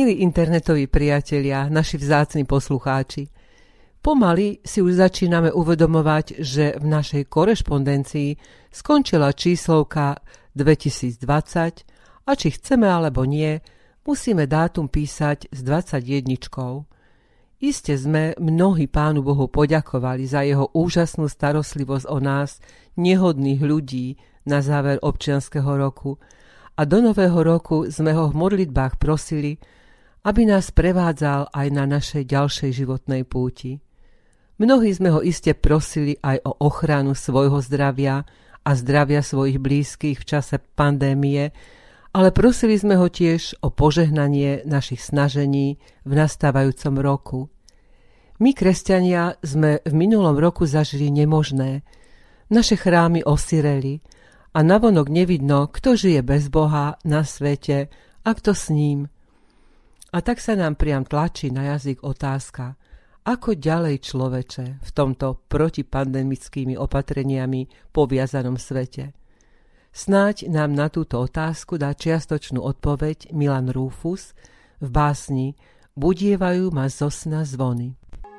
Milí internetoví priatelia, naši vzácni poslucháči, pomaly si už začíname uvedomovať, že v našej korešpondencii skončila číslovka 2020 a či chceme alebo nie, musíme dátum písať s 21. Iste sme mnohí Pánu Bohu poďakovali za jeho úžasnú starostlivosť o nás, nehodných ľudí, na záver občianskeho roku a do nového roku sme ho v modlitbách prosili, aby nás prevádzal aj na našej ďalšej životnej púti. Mnohí sme ho iste prosili aj o ochranu svojho zdravia a zdravia svojich blízkych v čase pandémie, ale prosili sme ho tiež o požehnanie našich snažení v nastávajúcom roku. My, kresťania, sme v minulom roku zažili nemožné. Naše chrámy osireli a navonok nevidno, kto žije bez Boha na svete a kto s ním. A tak sa nám priam tlačí na jazyk otázka, ako ďalej človeče v tomto protipandemickými opatreniami poviazanom svete. Snáď nám na túto otázku dá čiastočnú odpoveď Milan Rúfus v básni Budievajú ma zo sna zvony.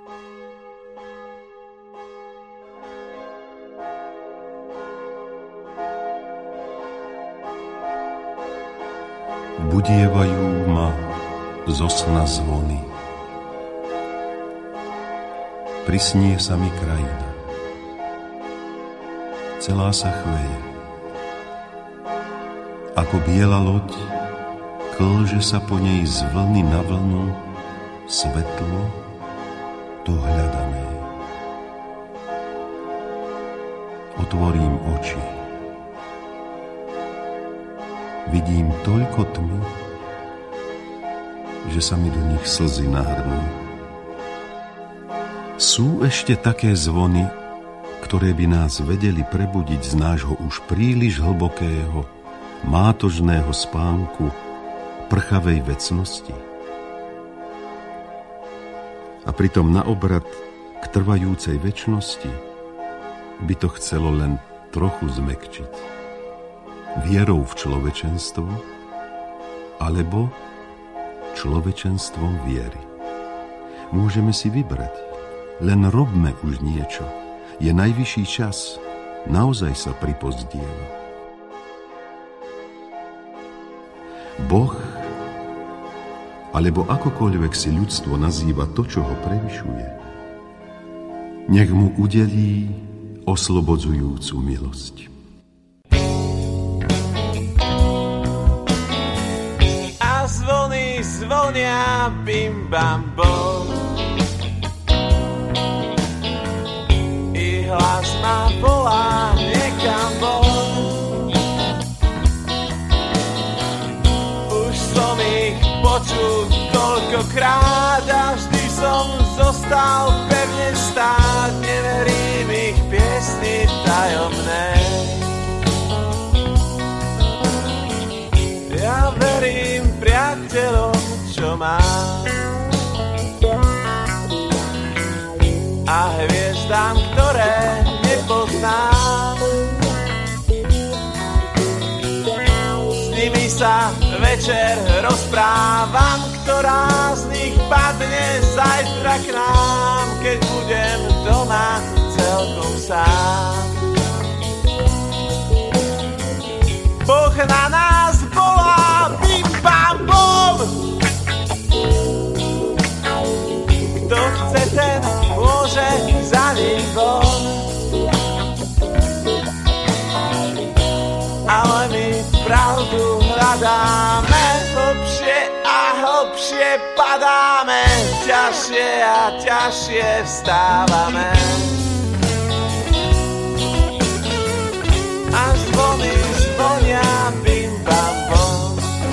Budievajú ma zo sna zvony. Prisnie sa mi krajina. Celá sa chveje. Ako biela loď, klže sa po nej z vlny na vlnu svetlo, to hľadané. Otvorím oči. Vidím toľko tmy, že sa mi do nich slzy nahrnú. Sú ešte také zvony, ktoré by nás vedeli prebudiť z nášho už príliš hlbokého, mátožného spánku prchavej vecnosti? A pritom na obrad k trvajúcej večnosti by to chcelo len trochu zmäkčiť. Vierou v človečenstvo alebo človečenstvom viery. Môžeme si vybrať, len robme už niečo. Je najvyšší čas, naozaj sa pripozdieva. Boh, alebo akokoľvek si ľudstvo nazýva to, čo ho prevyšuje, nech mu udelí oslobodzujúcu milosť. Zvony zvonia, bim bam bom, i hlas ma volá niekam von. Už som ich počul toľkokrát a vždy som zostal pevne stáť. Neverím ich piesni tajomnej. Ja verím priateľom, čo mám, a hviezdám, ktoré nepoznám. S nimi sa večer rozprávam, ktorá z nich padne zajtra k nám, keď budem doma celkom sám. Boh na nás volá, bim bam bom. Kto chce, ten môže za ním von. Ale my pravdu hľadáme, hlbšie a hlbšie padáme, ťažšie a ťažšie vstávame. A zvony zvonia, bim bam bom.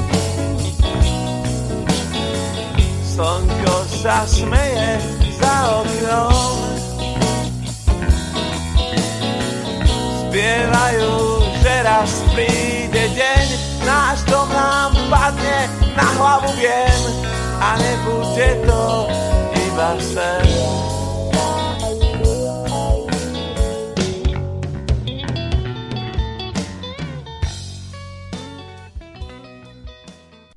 Slnko sa smeje za oknom. Spievajú, že raz príde deň, náš dom nám padne na hlavu, viem, a nebude to iba sen.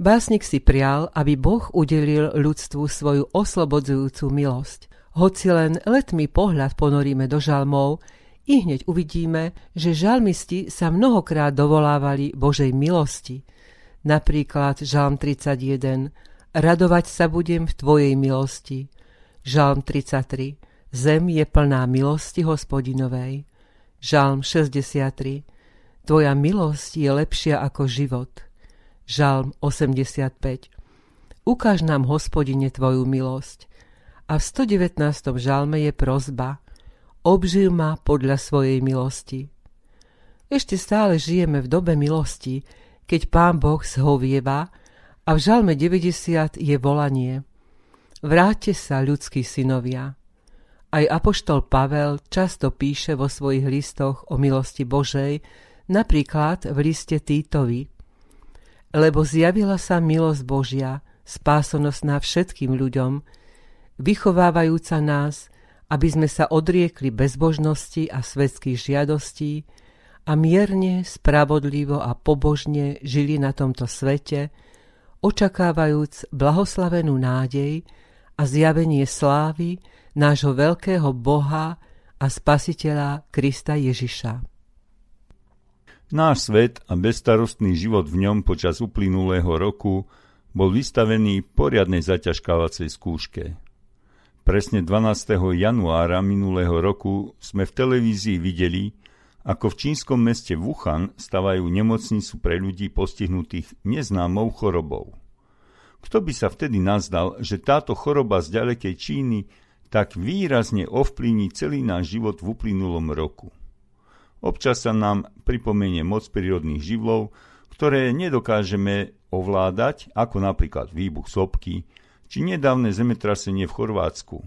Básnik si prial, aby Boh udelil ľudstvu svoju oslobodzujúcu milosť. Hoci len letmý pohľad ponoríme do žalmov, i hneď uvidíme, že žalmisti sa mnohokrát dovolávali Božej milosti. Napríklad žalm 31. Radovať sa budem v Tvojej milosti. Žalm 33. Zem je plná milosti Hospodinovej. Žalm 63. Tvoja milosť je lepšia ako život. Žalm 85. Ukáž nám, Hospodine, Tvoju milosť. A v 119. žalme je prosba: obživ ma podľa svojej milosti. Ešte stále žijeme v dobe milosti, keď Pán Boh zhovieva, a v žalme 90 je volanie: vráťte sa, ľudskí synovia. Aj apoštol Pavel často píše vo svojich listoch o milosti Božej, napríklad v liste Týtovi: lebo zjavila sa milosť Božia, spásonosná všetkým ľuďom, vychovávajúca nás, aby sme sa odriekli bezbožnosti a svetských žiadostí a mierne, spravodlivo a pobožne žili na tomto svete, očakávajúc blahoslavenú nádej a zjavenie slávy nášho veľkého Boha a Spasiteľa Krista Ježiša. Náš svet a bezstarostný život v ňom počas uplynulého roku bol vystavený poriadnej zaťažkávacej skúške. Presne 12. januára minulého roku sme v televízii videli, ako v čínskom meste Wuhan stavajú nemocnicu pre ľudí postihnutých neznámou chorobou. Kto by sa vtedy nazdal, že táto choroba z ďalekej Číny tak výrazne ovplyvní celý náš život v uplynulom roku. Občas sa nám pripomenie moc prírodných živlov, ktoré nedokážeme ovládať, ako napríklad výbuch sopky, či nedávne zemetrasenie v Chorvátsku.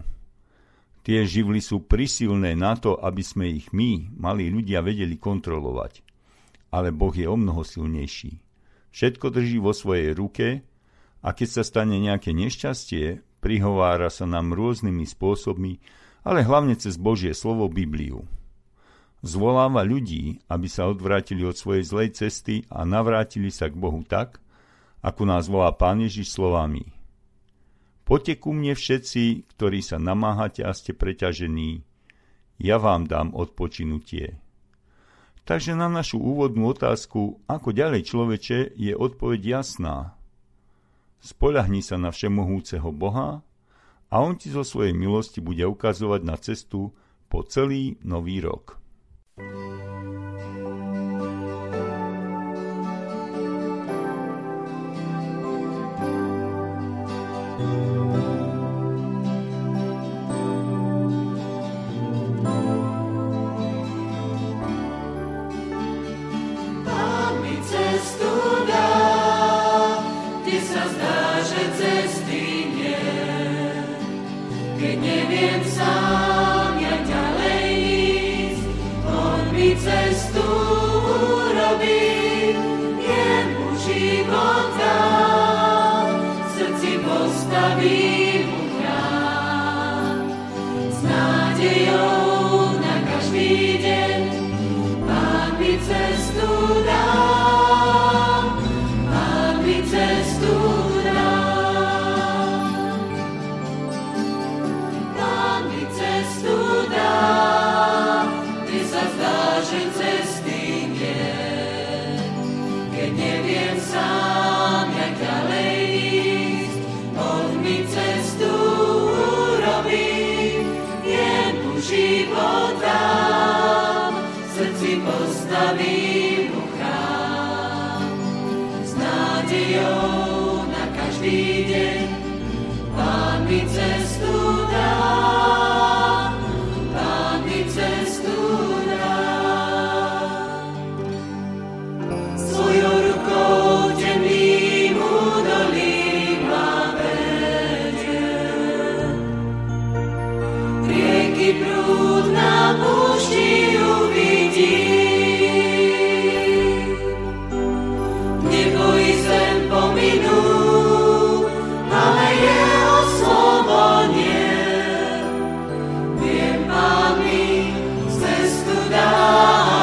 Tie živly sú prisilné na to, aby sme ich my, malí ľudia, vedeli kontrolovať. Ale Boh je omnoho silnejší. Všetko drží vo svojej ruke a keď sa stane nejaké nešťastie, prihovára sa nám rôznymi spôsobmi, ale hlavne cez Božie slovo Bibliu. Zvoláva ľudí, aby sa odvrátili od svojej zlej cesty a navrátili sa k Bohu tak, ako nás volá Pán Ježiš slovami: poďte ku mne všetci, ktorí sa namáhate a ste preťažení, ja vám dám odpočinutie. Takže na našu úvodnú otázku, ako ďalej človeče, je odpoveď jasná. Spoľahni sa na všemohúceho Boha a on ti zo svojej milosti bude ukazovať na cestu po celý nový rok.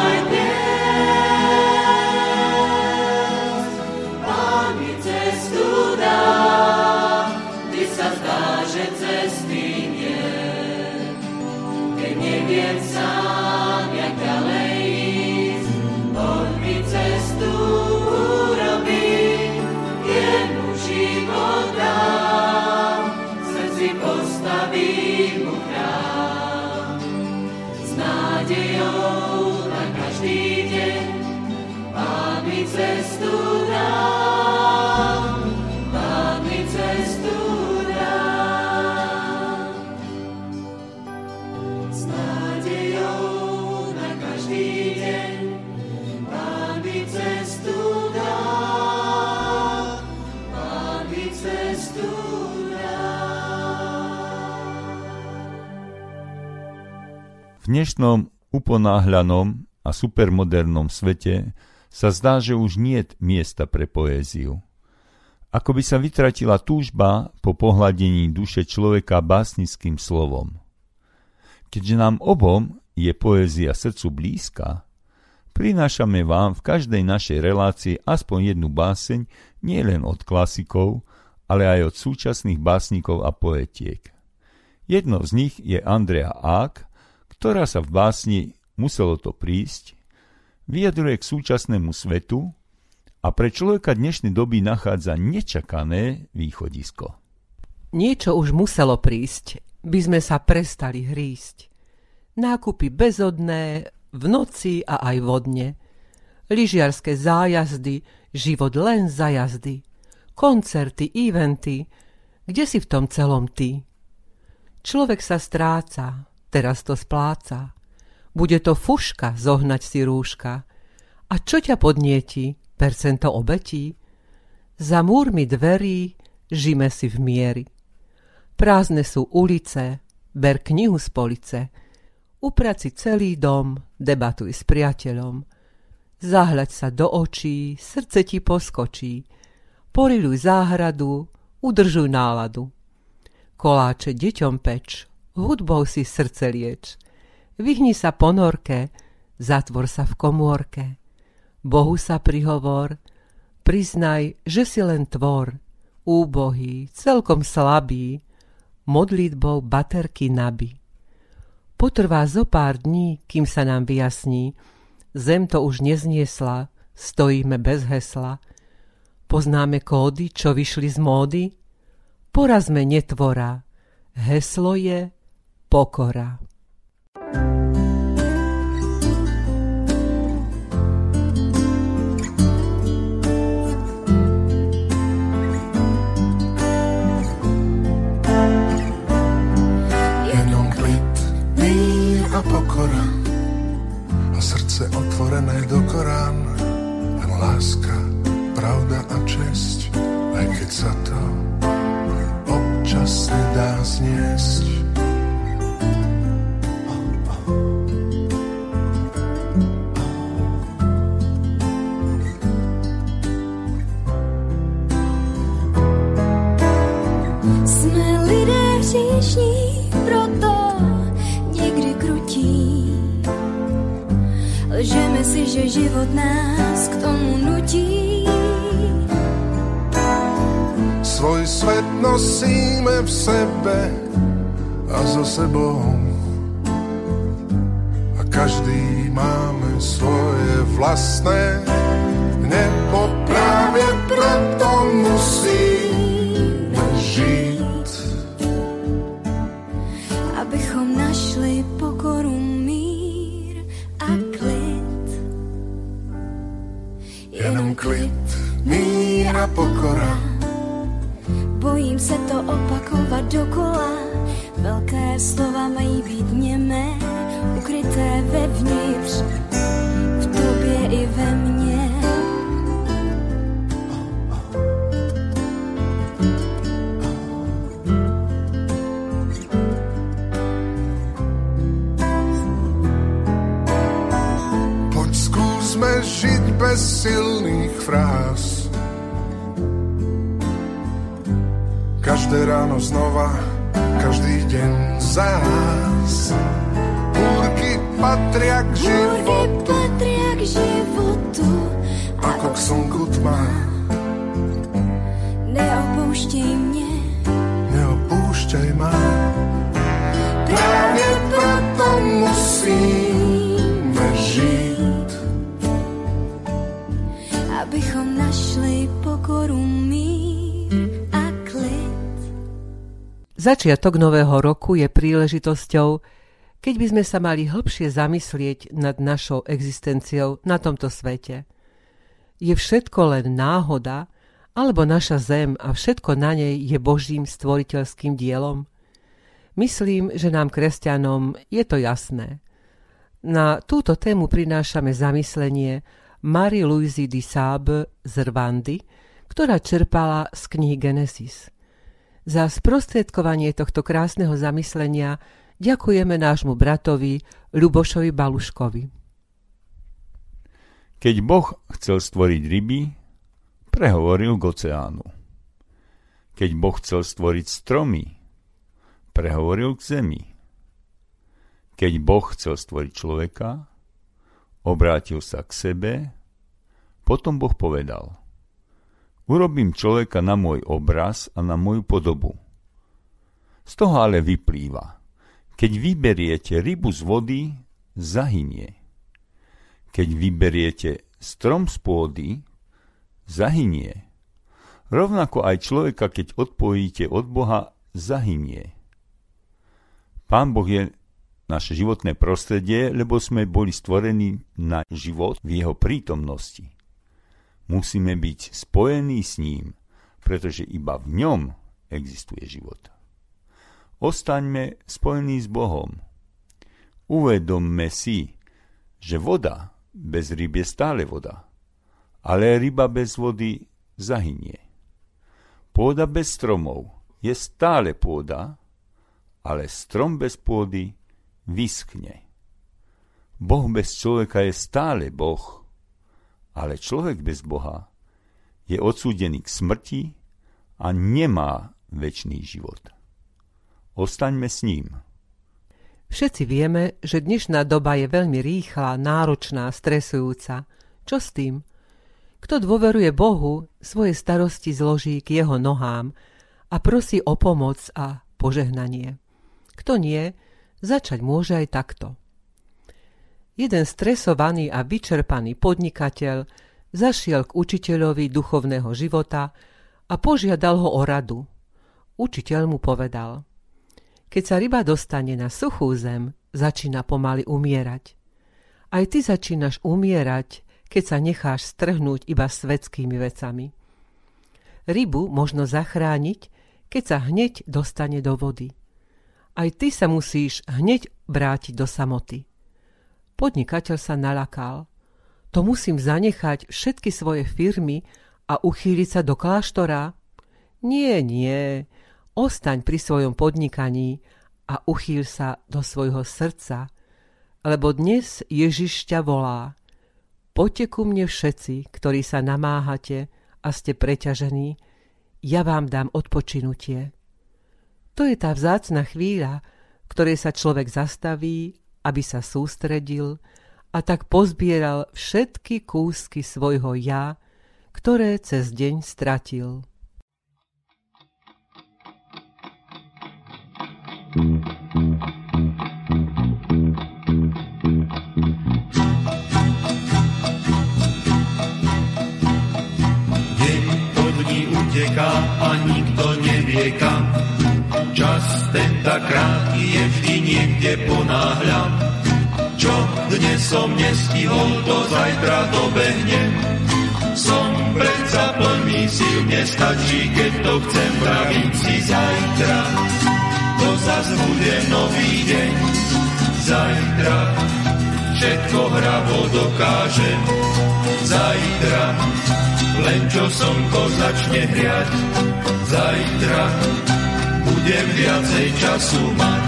Cestu neviem sám, jak ďalej ísť, poď mi cestu urobiť, jemu život dám, v srdci postavím mu chrám. S nádejou na každý deň, Pán mi cestu dám, Pán mi cestu dám. S nádejou na každý deň, Pán mi cestu dám, Pán mi cestu dám. V dnešnom uponáhľanom a supermodernom svete sa zdá, že už niet miesta pre poéziu. Ako by sa vytratila túžba po pohľadení duše človeka básnickým slovom. Keďže nám obom je poézia srdcu blízka, prinášame vám v každej našej relácii aspoň jednu báseň nielen od klasikov, ale aj od súčasných básnikov a poetiek. Jednou z nich je Andrea Ák, ktorá sa v básni Muselo to prísť vyjadruje k súčasnému svetu a pre človeka dnešnej doby nachádza nečakané východisko. Niečo už muselo prísť, by sme sa prestali hrísť. Nákupy bezodné, v noci a aj vodne, lyžiarske zájazdy, život len za jazdy, koncerty, eventy, kde si v tom celom ty? Človek sa stráca, teraz to spláca. Bude to fuška zohnať si rúška. A čo ťa podnieti? Percento obetí? Za múrmi dverí žime si v miery. Prázdne sú ulice, ber knihu z police. Upraci celý dom, debatuj s priateľom. Zahľaď sa do očí, srdce ti poskočí. Poriluj záhradu, udržuj náladu. Koláče deťom peč, hudbou si srdce lieč. Vyhni sa ponorke, zatvor sa v komórke. Bohu sa prihovor, priznaj, že si len tvor, úbohý, celkom slabý, modlitbou baterky nabí. Potrvá zo pár dní, kým sa nám vyjasní, zem to už nezniesla, stojíme bez hesla. Poznáme kódy, čo vyšli z módy? Porazme netvora, heslo je pokora. A pokora a srdce otvorené do Korán, len láska, pravda a česť, aj keď sa to občas nedá zniesť. Sme lidé hříšní, proto někdy krutí. Lžeme si, že život nás k tomu nutí. Svoj svet nosíme v sebe a so sebou. A každý máme svoje vlastné nebo, práve preto musíme žiť. Abychom našli pokoru, mír a klid. Jenom klid, mír a pokora. Bojím se to opakovat dokola. Velké slova mají být němé, ukryté vevnitř, v tobě i ve mně. Poď skúsme žiť bez silných fráz. Každé ráno znova, každý deň zás. Búrky patria k životu, ako k slnku tma. Neopouštěj mě, neopúšťaj ma. Práve preto Začiatok nového roku je príležitosťou, keď by sme sa mali hlbšie zamyslieť nad našou existenciou na tomto svete. Je všetko len náhoda, alebo naša zem a všetko na nej je Božím stvoriteľským dielom? Myslím, že nám, kresťanom, je to jasné. Na túto tému prinášame zamyslenie Marie-Louise de Sable z Rwandy, ktorá čerpala z knihy Genesis. Za sprostredkovanie tohto krásneho zamyslenia ďakujeme nášmu bratovi Ľubošovi Baluškovi. Keď Boh chcel stvoriť ryby, prehovoril k oceánu. Keď Boh chcel stvoriť stromy, prehovoril k zemi. Keď Boh chcel stvoriť človeka, obrátil sa k sebe, potom Boh povedal: urobím človeka na môj obraz a na moju podobu. Z toho ale vyplýva: keď vyberiete rybu z vody, zahynie. Keď vyberiete strom z pôdy, zahynie. Rovnako aj človeka, keď odpojíte od Boha, zahynie. Pán Boh je naše životné prostredie, lebo sme boli stvorení na život v jeho prítomnosti. Musíme byť spojení s ním, pretože iba v ňom existuje život. Ostaňme spojení s Bohom. Uvedomme si, že voda bez ryb je stále voda, ale ryba bez vody zahynie. Pôda bez stromov je stále pôda, ale strom bez pôdy vyschne. Boh bez človeka je stále Boh, ale človek bez Boha je odsúdený k smrti a nemá večný život. Ostaňme s ním. Všetci vieme, že dnešná doba je veľmi rýchla, náročná, stresujúca. Čo s tým? Kto dôveruje Bohu, svoje starosti zloží k jeho nohám a prosí o pomoc a požehnanie. Kto nie, začať môže aj takto. Jeden stresovaný a vyčerpaný podnikateľ zašiel k učiteľovi duchovného života a požiadal ho o radu. Učiteľ mu povedal: keď sa ryba dostane na suchú zem, začína pomaly umierať. Aj ty začínaš umierať, keď sa necháš strhnúť iba svetskými vecami. Rybu možno zachrániť, keď sa hneď dostane do vody. Aj ty sa musíš hneď vrátiť do samoty. Podnikateľ sa naľakal. To musím zanechať všetky svoje firmy a uchýliť sa do kláštora? Nie, nie. Ostaň pri svojom podnikaní a uchýl sa do svojho srdca, lebo dnes Ježiš ťa volá. Poďte ku mne všetci, ktorí sa namáhate a ste preťažení, ja vám dám odpočinutie. To je tá vzácna chvíľa, ktorej sa človek zastaví, aby sa sústredil a tak pozbieral všetky kúsky svojho ja, ktoré cez deň stratil. Deň po dni uteká a nikto nevie kam. Čas tentokrát je vždy niekde ponáhľam. Čo dnes som nestihol, to zajtra dobehnem. Som predsa plný síl, nestačí, keď to chcem, pravím si zajtra. To zas bude nový deň, zajtra všetko hravo dokážem. Zajtra, len čo slnko začne hriať, zajtra budem viacej času mať.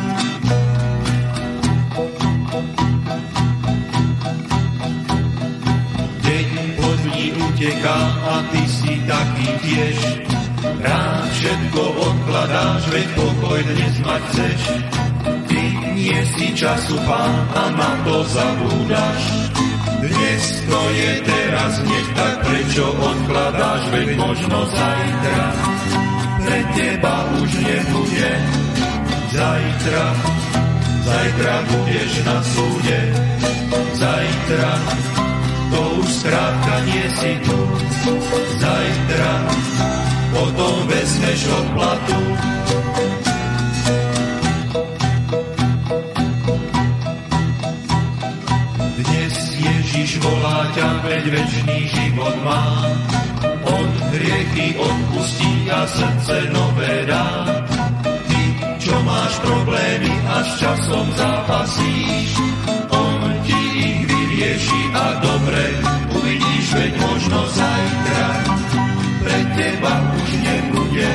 Deň po dni uteká a ty si taký tiež. Rád všetko odkladáš, veď pokoj dnes mať chceš. Ty nie si času pán a na to zabúdaš. Dnes to je teraz hneď, tak prečo odkladáš, veď možno zajtra pre teba už nebude. Zajtra, zajtra budeš na súde. Zajtra, to už skrátka nie si tu. Zajtra potom vezmeš odplatu. večný život má. On hriechy odpustí a srdce nové dá. Ty, čo máš problémy a s časom zápasíš, on ti ich vyrieši a dobre uvidíš, veď možno zajtra pre teba už nebude.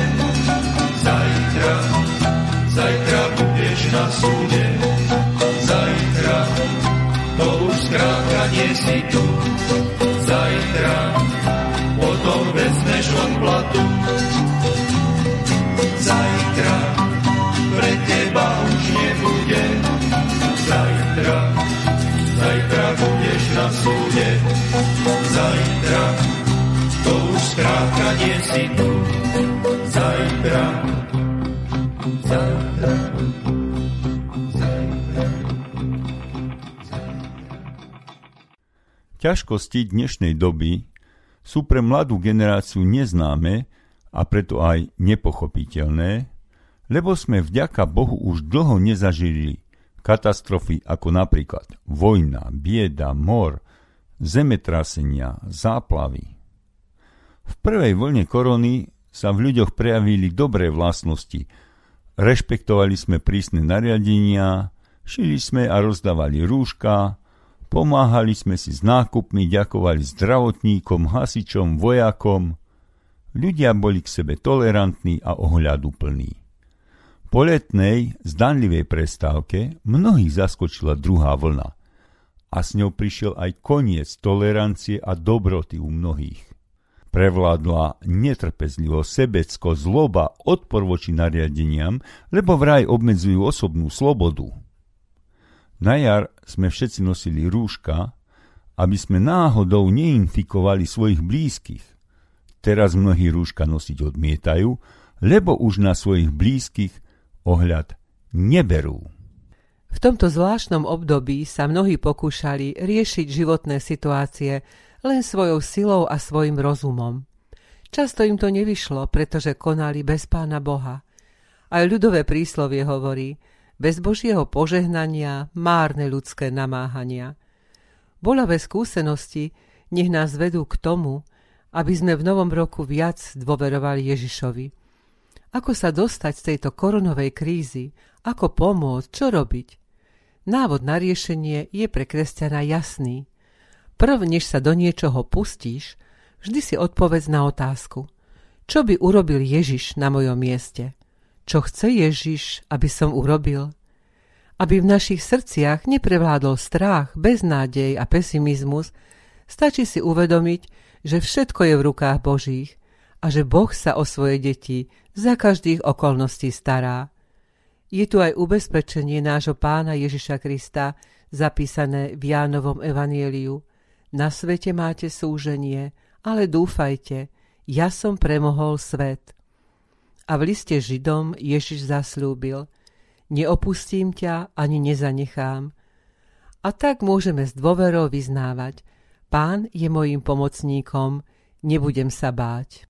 Zajtra budeš na súde. Zajtra to už skrátka nie si tu. Zajtra potom vezmeš odplatu. Zajtra pre teba už nebude. Zajtra budeš na súde. Zajtra to už skrátka nie si tu. Zajtra. Ťažkosti dnešnej doby sú pre mladú generáciu neznáme a preto aj nepochopiteľné, lebo sme vďaka Bohu už dlho nezažili katastrofy ako napríklad vojna, bieda, mor, zemetrasenia, záplavy. V prvej vlne korony sa v ľuďoch prejavili dobré vlastnosti. Rešpektovali sme prísne nariadenia, šili sme a rozdávali rúška, pomáhali sme si s nákupmi, ďakovali zdravotníkom, hasičom, vojakom. Ľudia boli k sebe tolerantní a ohľaduplní. Po letnej, zdanlivej prestávke mnohých zaskočila druhá vlna a s ňou prišiel aj koniec tolerancie a dobroty u mnohých. Prevládla netrpezlivo, sebecko, zloba, odpor voči nariadeniam, lebo vraj obmedzujú osobnú slobodu. Na jar sme všetci nosili rúška, aby sme náhodou neinfikovali svojich blízkych. Teraz mnohí rúška nosiť odmietajú, lebo už na svojich blízkych ohľad neberú. V tomto zvláštnom období sa mnohí pokúšali riešiť životné situácie len svojou silou a svojim rozumom. Často im to nevyšlo, pretože konali bez Pána Boha. Aj ľudové príslovie hovorí: bez Božieho požehnania márne ľudské namáhania. Bolavé skúsenosti nech nás vedú k tomu, aby sme v novom roku viac dôverovali Ježišovi. Ako sa dostať z tejto koronovej krízy? Ako pomôcť? Čo robiť? Návod na riešenie je pre kresťana jasný. Prv, než sa do niečoho pustíš, vždy si odpovedz na otázku: čo by urobil Ježiš na mojom mieste? Čo chce Ježiš, aby som urobil? Aby v našich srdciach neprevládol strach, beznádej a pesimizmus, stačí si uvedomiť, že všetko je v rukách Božích a že Boh sa o svoje deti za každých okolností stará. Je tu aj ubezpečenie nášho Pána Ježiša Krista, zapísané v Jánovom evanjeliu: na svete máte súženie, ale dúfajte, ja som premohol svet. A v liste Židom Ježiš zasľúbil: neopustím ťa ani nezanechám. A tak môžeme s dôverou vyznávať: Pán je mojím pomocníkom, nebudem sa báť.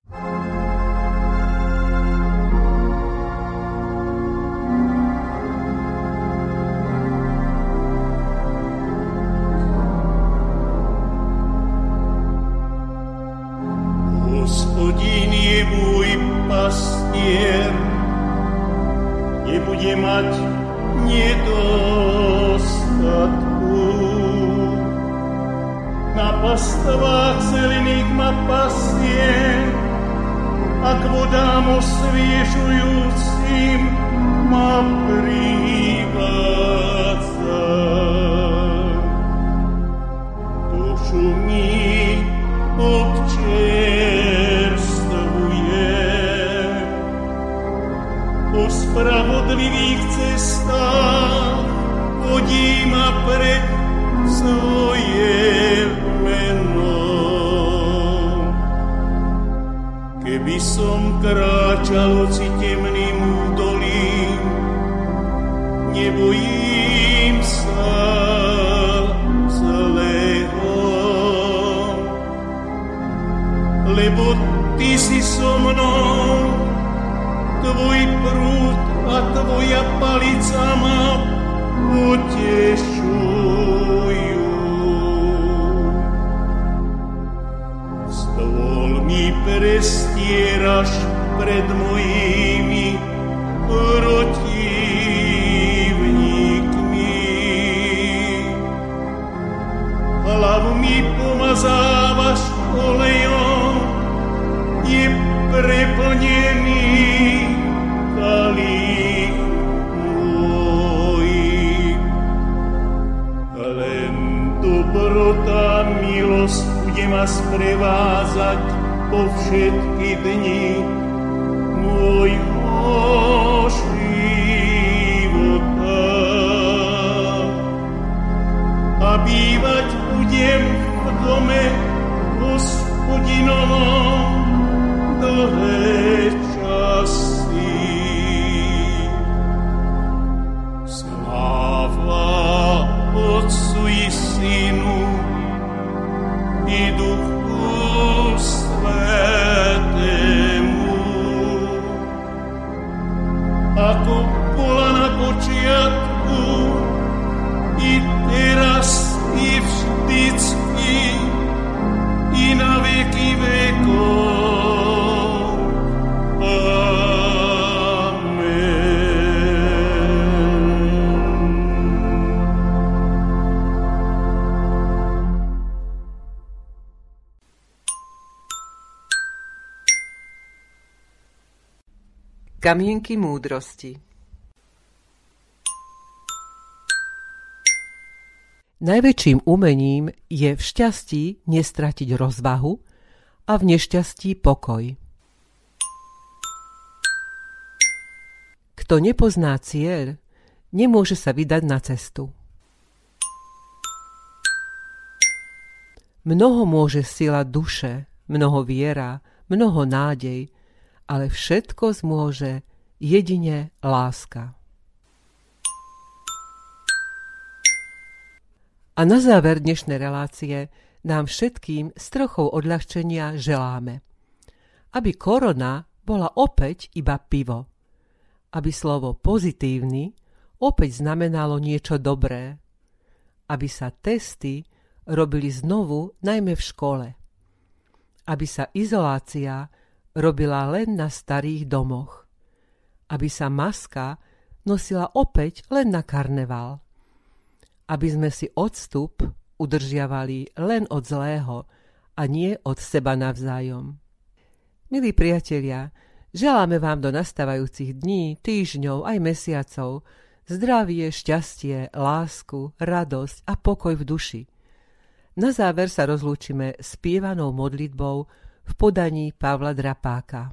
Hospodin je môj pastier, nebude mať nedostatku. Na pastvách zelených ma pasie a k vodám osviežujúcim ma privádza. Dušu mi občerstvuje, po spravodlivých cestách vodí ma pre svoje meno. Keby som kráčal oci temným údolím, nebojím sa zlého, lebo ty si so mnou, tvoj prúd a tvoja palica ma potešujú. mi pomazávaš olejom, je preplnený kalich môj. Len dobrota, milosť bude ma sprevázať po všetky dni môjho života. A bývať budem v dome Hospodinovom dlhé časy. Sláva Otcu i Synu i Duchu Svätému, ako bola na počiatku, i teraz, i vždycky, i na veky vekov. Kamienky múdrosti. Najväčším umením je v šťastí nestratiť rozvahu a v nešťastí pokoj. Kto nepozná cieľ, nemôže sa vydať na cestu. Mnoho môže sila duše, mnoho viera, mnoho nádej, ale všetko zmôže jedine láska. A na záver dnešnej relácie nám všetkým s trochou odľahčenia želáme, aby korona bola opäť iba pivo, aby slovo pozitívny opäť znamenalo niečo dobré, aby sa testy robili znovu najmä v škole, aby sa izolácia robila len na starých domoch, aby sa maska nosila opäť len na karneval, aby sme si odstup udržiavali len od zlého a nie od seba navzájom. Milí priatelia, želáme vám do nastávajúcich dní, týždňov aj mesiacov zdravie, šťastie, lásku, radosť a pokoj v duši. Na záver sa rozlúčime spievanou modlitbou v podaní Pavla Drapáka.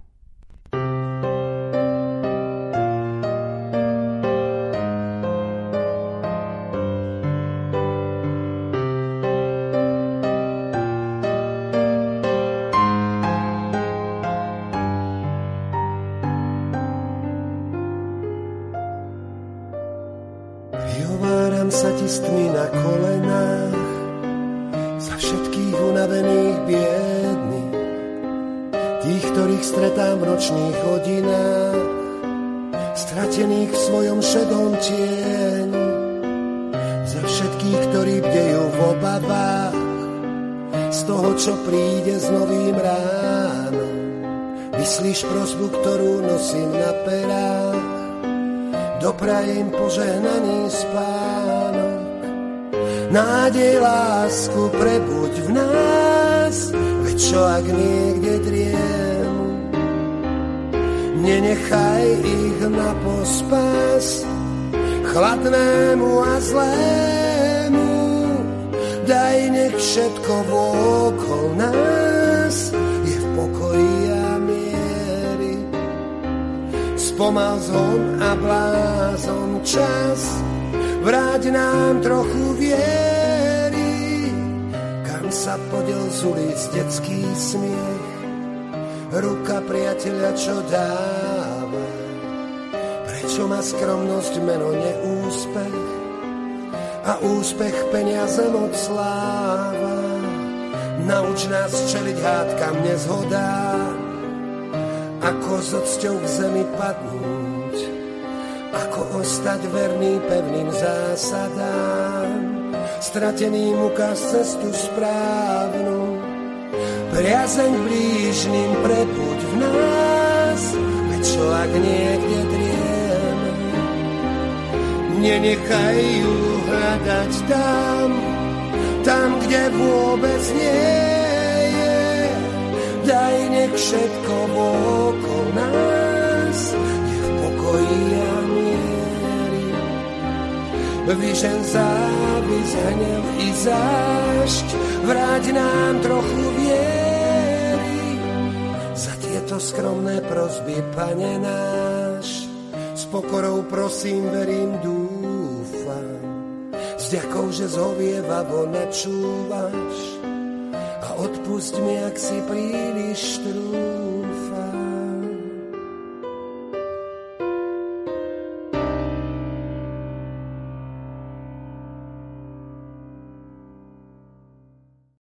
Prihováram sa ti s tmy na kolenách za všetkých unavených biedných, tých, ktorých stretám v nočných hodinách, stratených v svojom šedom tieni, za všetkých, ktorí bdejú v obavách z toho, čo príde s novým ránom. Vyslíš prosbu, ktorú nosím na perách, doprajem požehnaný spánok. Nádej, lásku prebuď v nás, veď čo ak niekde driemu. Nenechaj ich na pospas chladnému a zlému. Daj, nech všetko vôkol nás je v pokoji a miery. Spomal zhon a blázon čas, vráť nám trochu viery. Kam sa podiel z ulic detský smiech, ruka priateľa, čo dáva? Prečo má skromnosť meno neúspech a úspech peniaze moc sláva? Nauč nás čeliť hádkam nezhodám, ako s ocťou k zemi padnúť, ako ostať verný pevným zásadám. Strateným ukáž cestu správnu, priazeň blížnym prebuď v nás, veď čo ak niekde drieme. Nenechaj ju hľadať tam tam, kde vôbec nie je. Daj, nech všetko okolo nás je v pokoji a miery. Vyžen závisť, hnev i zášť, vráť nám trochu viery. Za tieto skromné prosby, Pane náš, s pokorou prosím, verím, dúfam. S ďakou, že zhovievavo načúvaš a odpusť mi, ak si príliš trúfam.